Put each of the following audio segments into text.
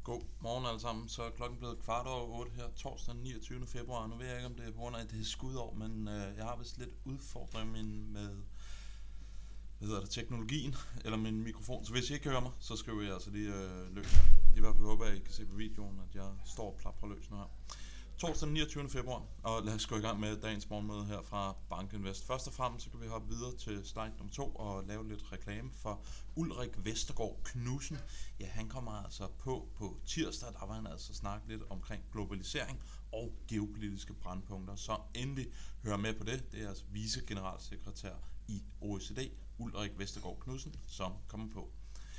God morgen alle sammen. Så er klokken blevet 7:15 her torsdag den 29. februar. Nu ved jeg ikke, om det er på grund af, at det er skudår, men jeg har vist lidt udfordring med teknologien eller min mikrofon. Så hvis I ikke kan høre mig, så skriver jeg altså lige løs her. I hvert fald håber jeg, at I kan se på videoen, at jeg står og plaprer løs nu her. Torsdag den 29. februar, og lad os gå i gang med dagens morgenmøde her fra Bank Invest. Først og fremmest så kan vi hoppe videre til slide nummer 2 og lave lidt reklame for Ulrik Vestergaard Knudsen. Ja, han kommer altså på tirsdag, der var han altså snakke lidt omkring globalisering og geopolitiske brandpunkter. Så endelig hør med på det. Det er altså vicegeneralsekretær i OECD, Ulrik Vestergaard Knudsen, som kommer på.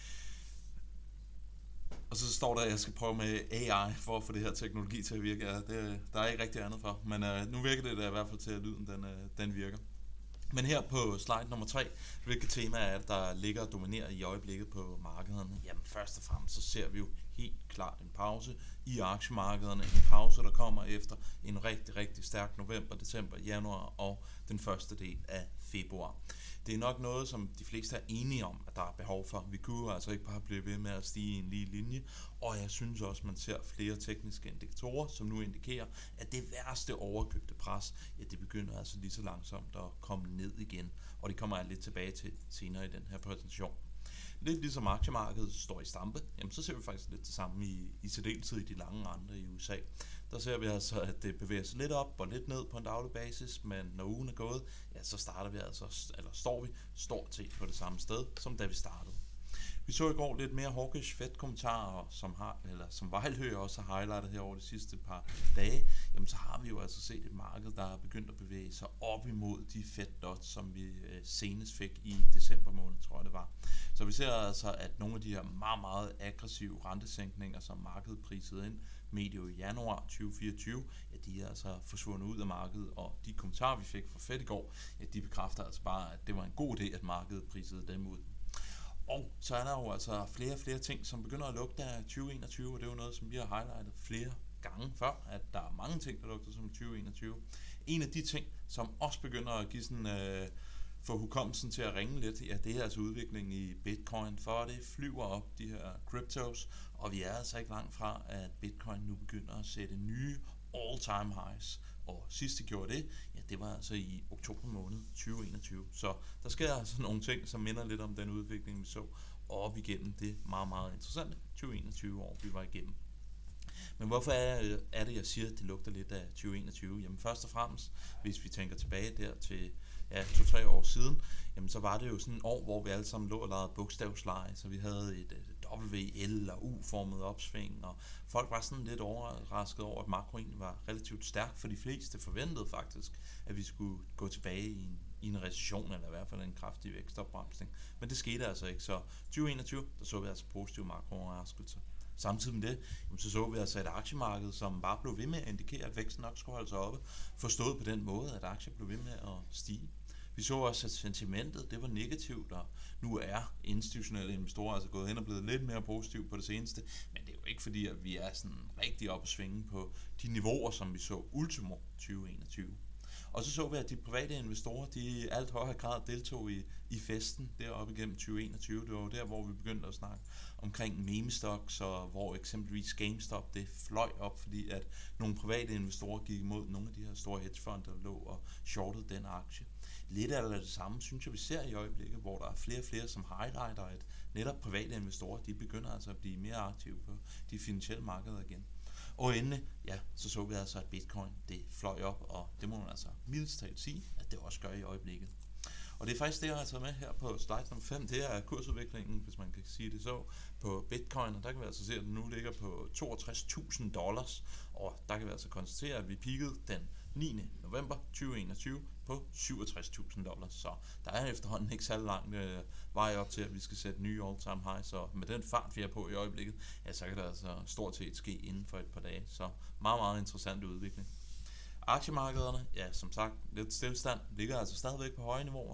Og så står der, at jeg skal prøve med AI for at få det her teknologi til at virke. Ja, der er ikke rigtig andet for, men nu virker det da i hvert fald til, at lyden den virker. Men her på slide nummer 3, hvilke temaer er det, der ligger og dominerer i øjeblikket på markederne? Jamen først og fremmest så ser vi jo helt klart en pause i aktiemarkederne. En pause, der kommer efter en rigtig, rigtig stærk november, december, januar og den første del af februar. Det er nok noget, som de fleste er enige om, at der er behov for. Vi kunne altså ikke bare blive ved med at stige i en lige linje, og jeg synes også, at man ser flere tekniske indikatorer, som nu indikerer, at det værste overkøbte pres, ja, det begynder altså lige så langsomt at komme ned igen, og det kommer jeg lidt tilbage til senere i den her præsentation. Lidt ligesom aktiemarkedet står i stampe, jamen så ser vi faktisk lidt det samme i særdeleshed i de lange renter i USA. Der ser vi altså, at det bevæger sig lidt op og lidt ned på en daglig basis, men når ugen er gået, ja, så starter vi altså, eller står vi stort set på det samme sted, som da vi startede. Vi så i går lidt mere hawkish Fed-kommentarer, som Vejlhøj også har highlightet her over de sidste par dage. Jamen så har vi jo altså set et marked, der er begyndt at bevæge sig op imod de Fed-dots, som vi senest fik i december måned, tror jeg det var. Så vi ser altså, at nogle af de her meget, meget aggressive rentesænkninger, som markedet prisede ind medio i januar 2024, ja, de er altså forsvundet ud af markedet, og de kommentarer, vi fik fra Fed i går, ja, de bekræfter altså bare, at det var en god idé, at markedet prisede dem ud. Og så er der jo altså flere og flere ting, som begynder at lugte af 2021, og det er jo noget, som vi har highlightet flere gange før, at der er mange ting, der lugter som 2021. En af de ting, som også begynder at give sådan, få hukommelsen til at ringe lidt, ja, det er altså udviklingen i Bitcoin, for det flyver op, de her cryptos, og vi er altså ikke langt fra, at Bitcoin nu begynder at sætte nye all-time highs. Og sidst de gjorde det, ja, det var altså i oktober måned 2021. Så der sker altså nogle ting, som minder lidt om den udvikling, vi så op igennem det meget, meget interessante 2021 år, vi var igennem. Men hvorfor er det, jeg siger, at det lugter lidt af 2021? Jamen først og fremmest, hvis vi tænker tilbage der til 2-3 år siden, jamen så var det jo sådan et år, hvor vi alle sammen lå og legede bogstavsleje, så vi havde et W, L og U-formet opsving, og folk var sådan lidt overrasket over, at makro egentlig var relativt stærk, for de fleste forventede faktisk, at vi skulle gå tilbage i en recession, eller i hvert fald en kraftig vækstopbremsning. Men det skete altså ikke, så 2021, der så vi altså positive makro-overraskelser. Samtidig med det, så vi altså et aktiemarked, som bare blev ved med at indikere, at væksten nok skulle holde sig oppe, forstået på den måde, at aktier blev ved med at stige. Vi så også, at sentimentet det var negativt, og nu er institutionelle investorer altså gået hen og blevet lidt mere positive på det seneste, men det er jo ikke fordi, at vi er sådan rigtig oppe at svinge på de niveauer, som vi så ultimo 2021. Og så vi, at de private investorer, de i alt højere grad deltog i festen deroppe igennem 2021. Det var jo der, hvor vi begyndte at snakke omkring meme stocks, og hvor eksempelvis GameStop det fløj op, fordi at nogle private investorer gik imod nogle af de her store hedgefonde, der lå og shortede den aktie. Lidt af det samme, synes jeg, vi ser i øjeblikket, hvor der er flere og flere, som highlighter, at netop private investorer, de begynder altså at blive mere aktive på de finansielle markeder igen. Og endelig, ja, så vi altså, at Bitcoin det fløj op, og det må man altså mildest talt sige, at det også gør i øjeblikket. Og det er faktisk det, jeg har taget med her på slide nummer 5, det er kursudviklingen, hvis man kan sige det så, på Bitcoin, og der kan vi altså se, at den nu ligger på $62,000, og der kan vi altså konstatere, at vi peakede den 9. november 2021 på $67,000, så der er efterhånden ikke særlig langt vej op til, at vi skal sætte nye all-time highs, og med den fart, vi er på i øjeblikket, ja, så kan det altså stort set ske inden for et par dage, så meget, meget interessant udvikling. Aktiemarkederne, ja, som sagt, lidt stillestand, ligger altså stadigvæk på høje niveauer.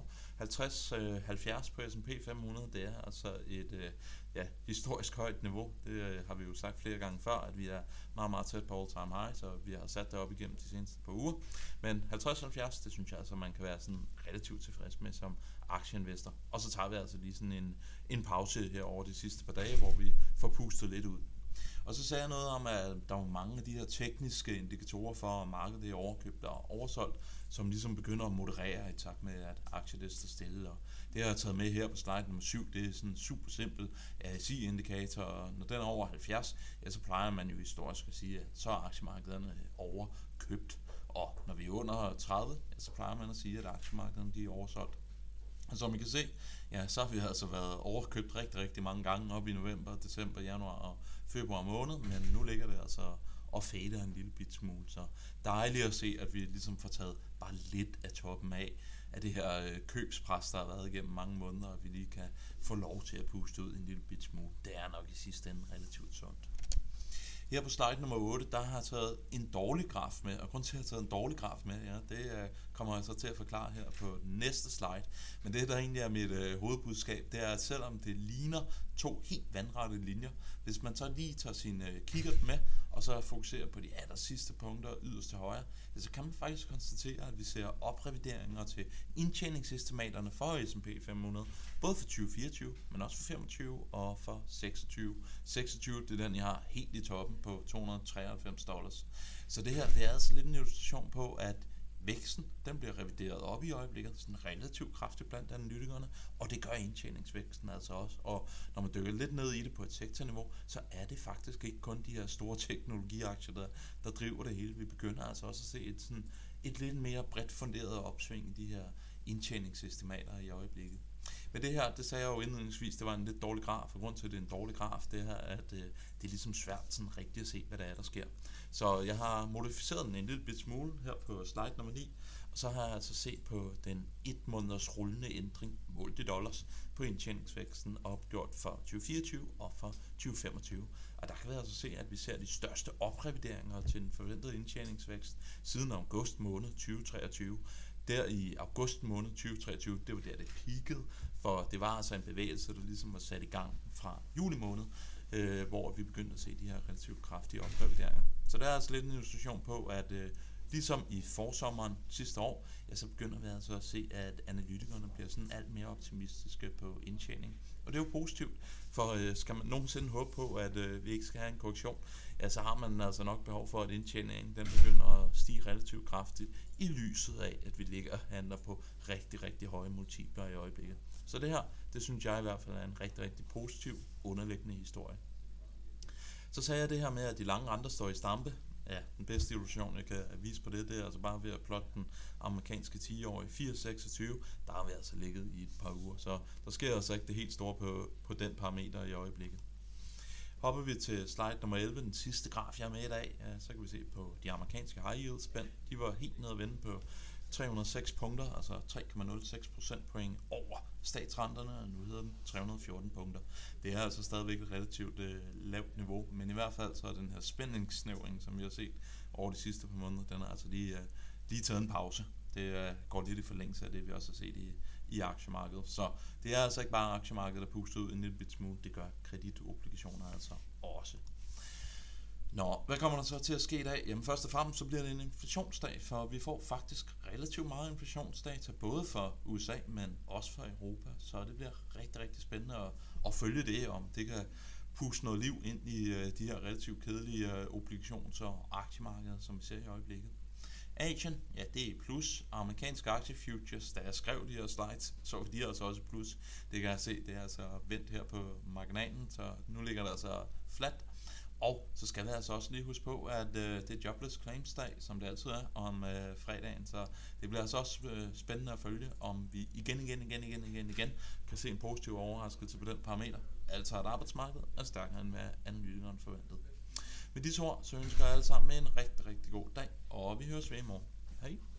50-70 på S&P 500, det er altså et historisk højt niveau. Det har vi jo sagt flere gange før, at vi er meget, meget tæt på all-time high, så vi har sat det op igennem de seneste par uger. Men 50-70, det synes jeg altså, man kan være sådan relativt tilfreds med som aktieinvestor. Og så tager vi altså lige sådan en pause her over de sidste par dage, hvor vi får pustet lidt ud. Og så sagde jeg noget om, at der var mange af de her tekniske indikatorer for, at markedet er overkøbt og oversolgt, som ligesom begynder at moderere i takt med, at aktier står stille. Og det har jeg taget med her på slide nummer 7. Det er sådan en super simpel RSI-indikator, og når den er over 70, ja, så plejer man jo historisk at sige, at så er aktiemarkederne overkøbt. Og når vi er under 30, ja, så plejer man at sige, at aktiemarkederne de er oversolgt. Og som I kan se, ja, så har vi altså været overkøbt rigtig, rigtig mange gange op i november, december, januar og februar måned, men nu ligger det altså og fader en lille bit smule, så dejligt at se, at vi ligesom får taget bare lidt af toppen af det her købspres, der har været igennem mange måneder, og vi lige kan få lov til at puste ud en lille bit smule. Det er nok i sidste ende relativt sundt. Her på slide nummer 8, der har jeg taget en dårlig graf med, og grund til at jeg har taget en dårlig graf med, ja, det kommer jeg så til at forklare her på den næste slide. Men det, der egentlig er mit hovedbudskab, det er, at selvom det ligner to helt vandrette linjer, hvis man så lige tager sin kikkert med, og så fokuserer på de aller sidste punkter yderst til højre, ja, så kan man faktisk konstatere, at vi ser oprevideringer til indtjeningsestimaterne for S&P 500, både for 2024, men også for 25 og for 26. 26, det er den, jeg har helt i toppen på $293. Så det her, det er altså lidt en illustration på, at væksten, den bliver revideret op i øjeblikket, sådan relativt kraftigt blandt analytikerne, og det gør indtjeningsvæksten altså også. Og når man dykker lidt ned i det på et sektorniveau, så er det faktisk ikke kun de her store teknologiaktier, der driver det hele. Vi begynder altså også at se et lidt mere bredt funderet opsving i de her indtjeningsestimater i øjeblikket. Men det her, det sagde jeg jo indledningsvis, det var en lidt dårlig graf, og grund til, at det er en dårlig graf, det er, at det er ligesom svært sådan rigtigt at se, hvad der sker. Så jeg har modificeret den en lille bit smule her på slide nummer 9, og så har jeg altså set på den 1 måneders rullende ændring, målt i dollars, på indtjeningsvæksten opgjort for 2024 og for 2025. Og der kan vi altså se, at vi ser de største oprevideringer til den forventede indtjeningsvækst siden august måned 2023. Der i august måned 2023, det var der, det peakede, for det var altså en bevægelse, der ligesom var sat i gang fra juli måned, hvor vi begyndte at se de her relativt kraftige oprevideringer. Så der er altså lidt en illustration på, at ligesom i forsommeren sidste år, ja, så begynder vi altså at se, at analytikerne bliver sådan alt mere optimistiske på indtjening. Og det er jo positivt, for skal man nogensinde håbe på, at vi ikke skal have en korrektion, ja, så har man altså nok behov for, at indtjeningen den begynder at stige relativt kraftigt i lyset af, at vi ligger og handler på rigtig, rigtig høje multipler i øjeblikket. Så det her, det synes jeg i hvert fald er en rigtig, rigtig positiv underliggende historie. Så sagde jeg det her med, at de lange renter står i stampe. Ja, den bedste illustration, jeg kan vise på det, det er altså bare ved at plotte den amerikanske 10-årige 426. Der har vi altså ligget i et par uger, så der sker altså ikke det helt store på den parameter i øjeblikket. Hopper vi til slide nummer 11, den sidste graf, jeg er med i dag, ja, så kan vi se på de amerikanske high yield spænd. De var helt nede at vende på 306 punkter, altså 3,06 procentpoint over statsrenterne, og nu hedder den 314 punkter. Det er altså stadigvæk et relativt lavt niveau, men i hvert fald så er den her spændingssnævring, som vi har set over de sidste par måneder, den er altså lige taget en pause. Det går lidt i forlængelse af det, vi også har set i aktiemarkedet. Så det er altså ikke bare aktiemarkedet, der puster ud en lille bit smule, det gør kreditobligationer altså også. Nå, hvad kommer der så til at ske i dag? Jamen først og fremmest så bliver det en inflationsdag, for vi får faktisk relativt meget inflationsdata, både for USA, men også for Europa. Så det bliver rigtig, rigtig spændende at følge det, om det kan puste noget liv ind i de her relativt kedelige obligations- og aktiemarkeder, som vi ser i øjeblikket. Asien, ja, det er plus. Amerikanske aktiefutures, da jeg skrev de her slides, så de er altså også plus. Det kan jeg se, det er altså vendt her på marginalen, så nu ligger der altså flat. Og så skal vi altså også lige huske på, at det er jobless claims dag, som det altid er, om fredagen. Så det bliver altså også spændende at følge, om vi igen kan se en positiv overraskelse på den parameter. Altså at arbejdsmarkedet er stærkere end hvad analytikeren forventede. Med disse ord, så ønsker jeg alle sammen en rigtig, rigtig god dag, og vi høres ved i morgen. Hej!